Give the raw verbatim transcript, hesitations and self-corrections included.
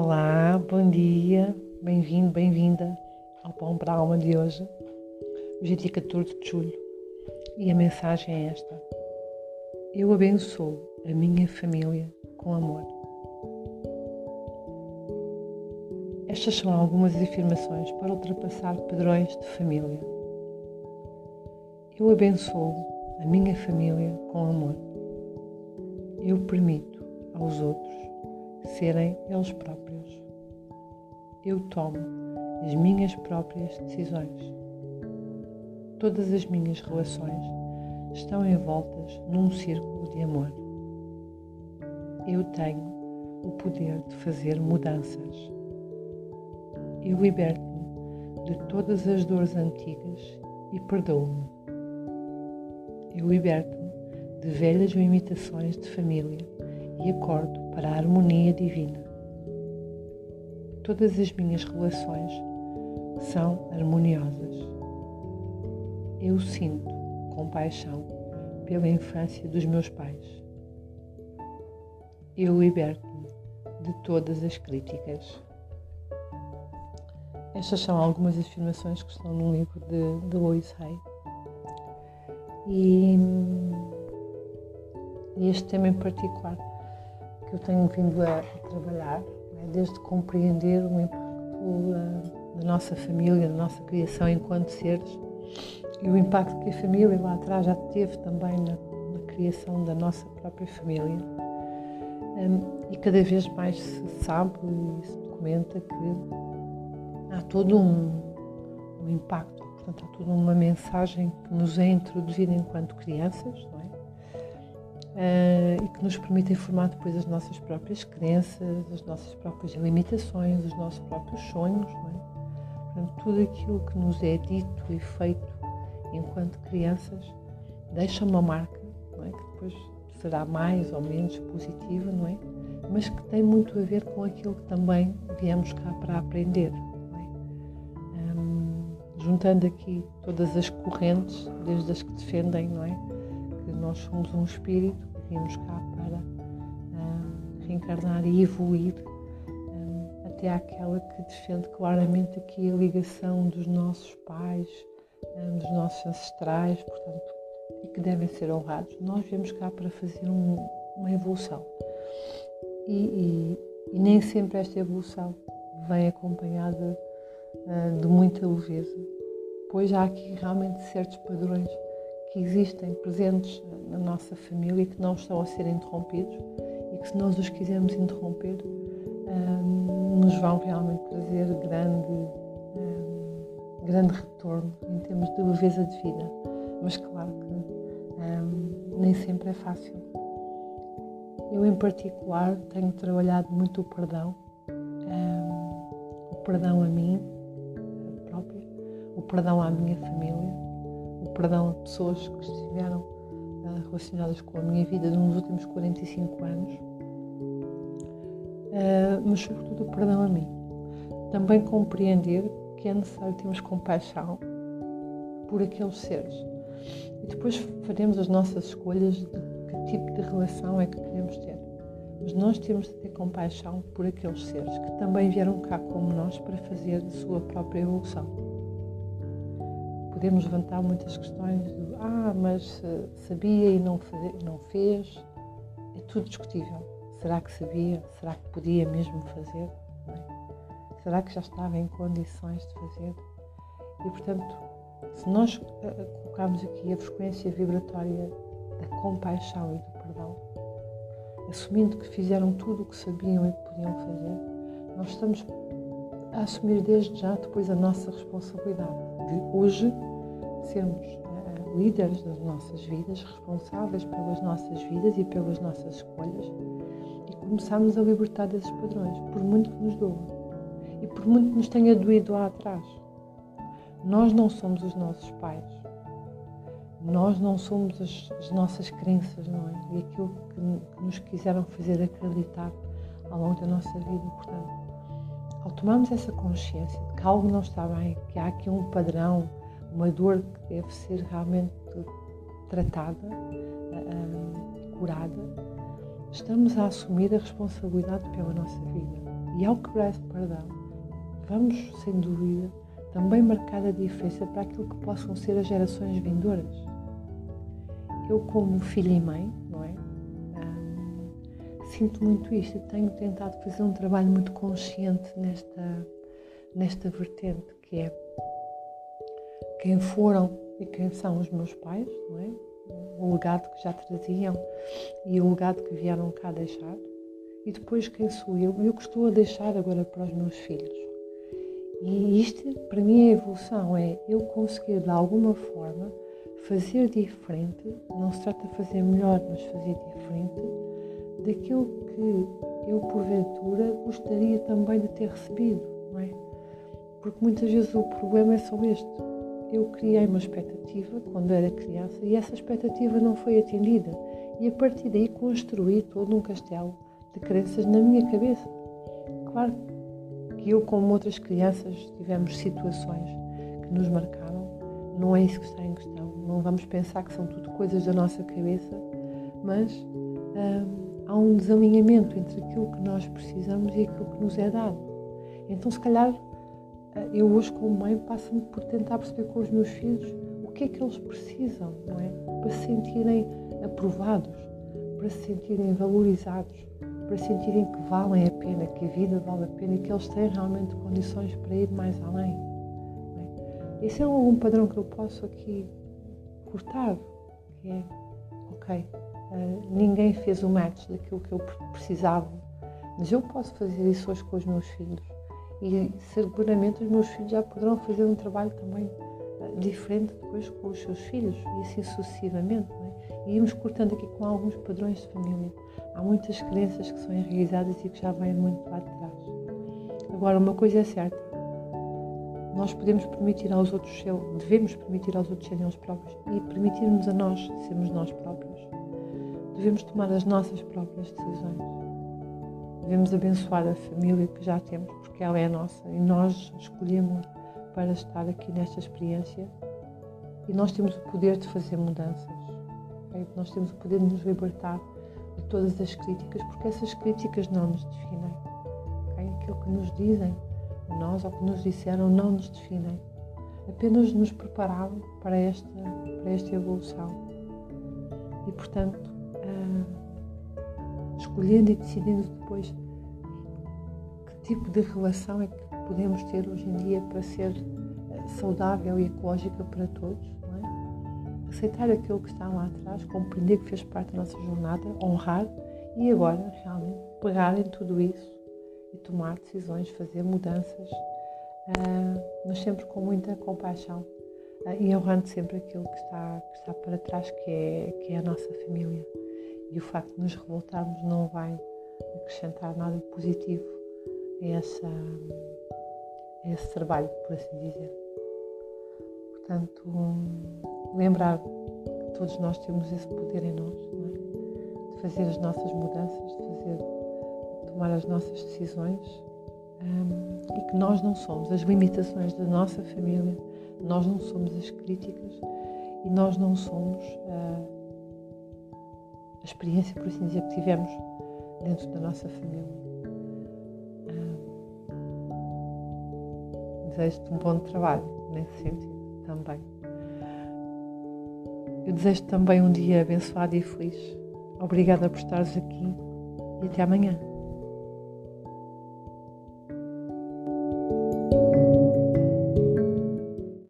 Olá, bom dia, bem-vindo, bem-vinda ao Pão para a Alma de hoje. Hoje é dia catorze de julho e a mensagem é esta: eu abençoo a minha família com amor. Estas são algumas afirmações para ultrapassar padrões de família. Eu abençoo a minha família com amor. Eu permito aos outros serem eles próprios. Eu tomo as minhas próprias decisões. Todas as minhas relações estão envoltas num círculo de amor. Eu tenho o poder de fazer mudanças. Eu liberto-me de todas as dores antigas e perdoo-me. Eu liberto-me de velhas limitações de família e acordo para a harmonia divina. Todas as minhas relações são harmoniosas. Eu sinto compaixão pela infância dos meus pais. Eu liberto-me de todas as críticas. Estas são algumas afirmações que estão no livro de, de Louise Hay. E, e este tema em particular que eu tenho vindo a, a trabalhar, né, desde compreender o impacto uh, da nossa família, da nossa criação enquanto seres, e o impacto que a família lá atrás já teve também na, na criação da nossa própria família. Um, e cada vez mais se sabe e se documenta que há todo um, um impacto, portanto há toda uma mensagem que nos é introduzida enquanto crianças, não é? Uh, e que nos permitem formar depois as nossas próprias crenças, as nossas próprias limitações, os nossos próprios sonhos, não é? Portanto, tudo aquilo que nos é dito e feito enquanto crianças deixa uma marca, não é? Que depois será mais ou menos positiva, não é? Mas que tem muito a ver com aquilo que também viemos cá para aprender, não é? Um, juntando aqui todas as correntes, desde as que defendem, não é? Que nós somos um espírito que viemos cá para um, reencarnar e evoluir, um, até àquela que defende claramente aqui a ligação dos nossos pais, um, dos nossos ancestrais, portanto, e que devem ser honrados. Nós viemos cá para fazer um, uma evolução. E, e, e nem sempre esta evolução vem acompanhada uh, de muita leveza, pois há aqui realmente certos padrões que existem presentes na nossa família e que não estão a ser interrompidos e que, se nós os quisermos interromper, um, nos vão realmente trazer grande, um, grande retorno em termos de leveza de vida. Mas claro que um, nem sempre é fácil. Eu, em particular, tenho trabalhado muito o perdão, um, o perdão a mim própria, o perdão à minha família, o perdão a pessoas que estiveram uh, relacionadas com a minha vida nos últimos quarenta e cinco anos, uh, mas sobretudo o perdão a mim. Também compreender que é necessário termos compaixão por aqueles seres. E depois faremos as nossas escolhas de que tipo de relação é que queremos ter. Mas nós temos de ter compaixão por aqueles seres que também vieram cá como nós para fazer a sua própria evolução. Podemos levantar muitas questões de ah, mas sabia e não, fazer, não fez. É tudo discutível. Será que sabia? Será que podia mesmo fazer? Não é? Será que já estava em condições de fazer? E, portanto, se nós colocarmos aqui a frequência vibratória da compaixão e do perdão, assumindo que fizeram tudo o que sabiam e que podiam fazer, nós estamos a assumir desde já depois a nossa responsabilidade de hoje sermos uh, líderes das nossas vidas, responsáveis pelas nossas vidas e pelas nossas escolhas, e começarmos a libertar desses padrões, por muito que nos doa e por muito que nos tenha doído lá atrás. Nós não somos os nossos pais, nós não somos as, as nossas crenças, não é? E aquilo que, que nos quiseram fazer acreditar ao longo da nossa vida. Portanto, ao tomarmos essa consciência de que algo não está bem, que há aqui um padrão, uma dor que deve ser realmente tratada, uh, curada, estamos a assumir a responsabilidade pela nossa vida. E ao quebrar esse perdão, vamos, sem dúvida, também marcar a diferença para aquilo que possam ser as gerações vindouras. Eu, como filha e mãe, não é? Hum, sinto muito isto e tenho tentado fazer um trabalho muito consciente nesta, nesta vertente, que é quem foram e quem são os meus pais, não é? O legado que já traziam e o legado que vieram cá deixar, e depois quem sou eu e o que estou a deixar agora para os meus filhos. E isto, para mim, a evolução é eu conseguir, de alguma forma, fazer diferente, não se trata de fazer melhor, mas fazer diferente, daquilo que eu, porventura, gostaria também de ter recebido, não é? Porque muitas vezes o problema é só este. Eu criei uma expectativa quando era criança e essa expectativa não foi atendida. E a partir daí construí todo um castelo de crenças na minha cabeça. Claro que eu, como outras crianças, tivemos situações que nos marcaram. Não é isso que está em questão. Não vamos pensar que são tudo coisas da nossa cabeça, mas hum, há um desalinhamento entre aquilo que nós precisamos e aquilo que nos é dado. Então, se calhar, eu hoje, como mãe, passo-me por tentar perceber com os meus filhos o que é que eles precisam, não é? Para se sentirem aprovados, para se sentirem valorizados, para sentirem que valem a pena, que a vida vale a pena e que eles têm realmente condições para ir mais além. Não é? Esse é algum padrão que eu posso aqui cortar, que é, ok, uh, ninguém fez o match daquilo que eu precisava, mas eu posso fazer isso hoje com os meus filhos. E seguramente os meus filhos já poderão fazer um trabalho também uh, diferente depois com os seus filhos e assim sucessivamente, não é? E íamos cortando aqui com alguns padrões de família. Há muitas crenças que são enraizadas e que já vêm muito lá de trás. Agora, uma coisa é certa, nós podemos permitir aos outros, devemos permitir aos outros serem eles próprios e permitirmos a nós sermos nós próprios. Devemos tomar as nossas próprias decisões. Devemos abençoar a família que já temos, porque ela é nossa e nós escolhemos para estar aqui nesta experiência e nós temos o poder de fazer mudanças. Okay? Nós temos o poder de nos libertar de todas as críticas, porque essas críticas não nos definem. Okay? Aquilo que nos dizem a nós ou que nos disseram não nos definem. Apenas nos prepararam para esta, para esta evolução. E, portanto, uh, escolhendo e decidindo depois que tipo de relação é que podemos ter hoje em dia para ser saudável e ecológica para todos, não é? Aceitar aquilo que está lá atrás, compreender que fez parte da nossa jornada, honrar e agora realmente pegar em tudo isso e tomar decisões, fazer mudanças, uh, mas sempre com muita compaixão uh, e honrando sempre aquilo que está, que está para trás, que é, que é a nossa família. E o facto de nos revoltarmos não vai acrescentar nada positivo a, essa, a esse trabalho, por assim dizer. Portanto, um, lembrar que todos nós temos esse poder em nós, não é? De fazer as nossas mudanças, de fazer, tomar as nossas decisões um, e que nós não somos as limitações da nossa família, nós não somos as críticas e nós não somos uh, a experiência, por assim dizer, que tivemos dentro da nossa família. Um, desejo-te um bom trabalho nesse sentido também. Eu desejo-te também um dia abençoado e feliz. Obrigada por estares aqui e até amanhã.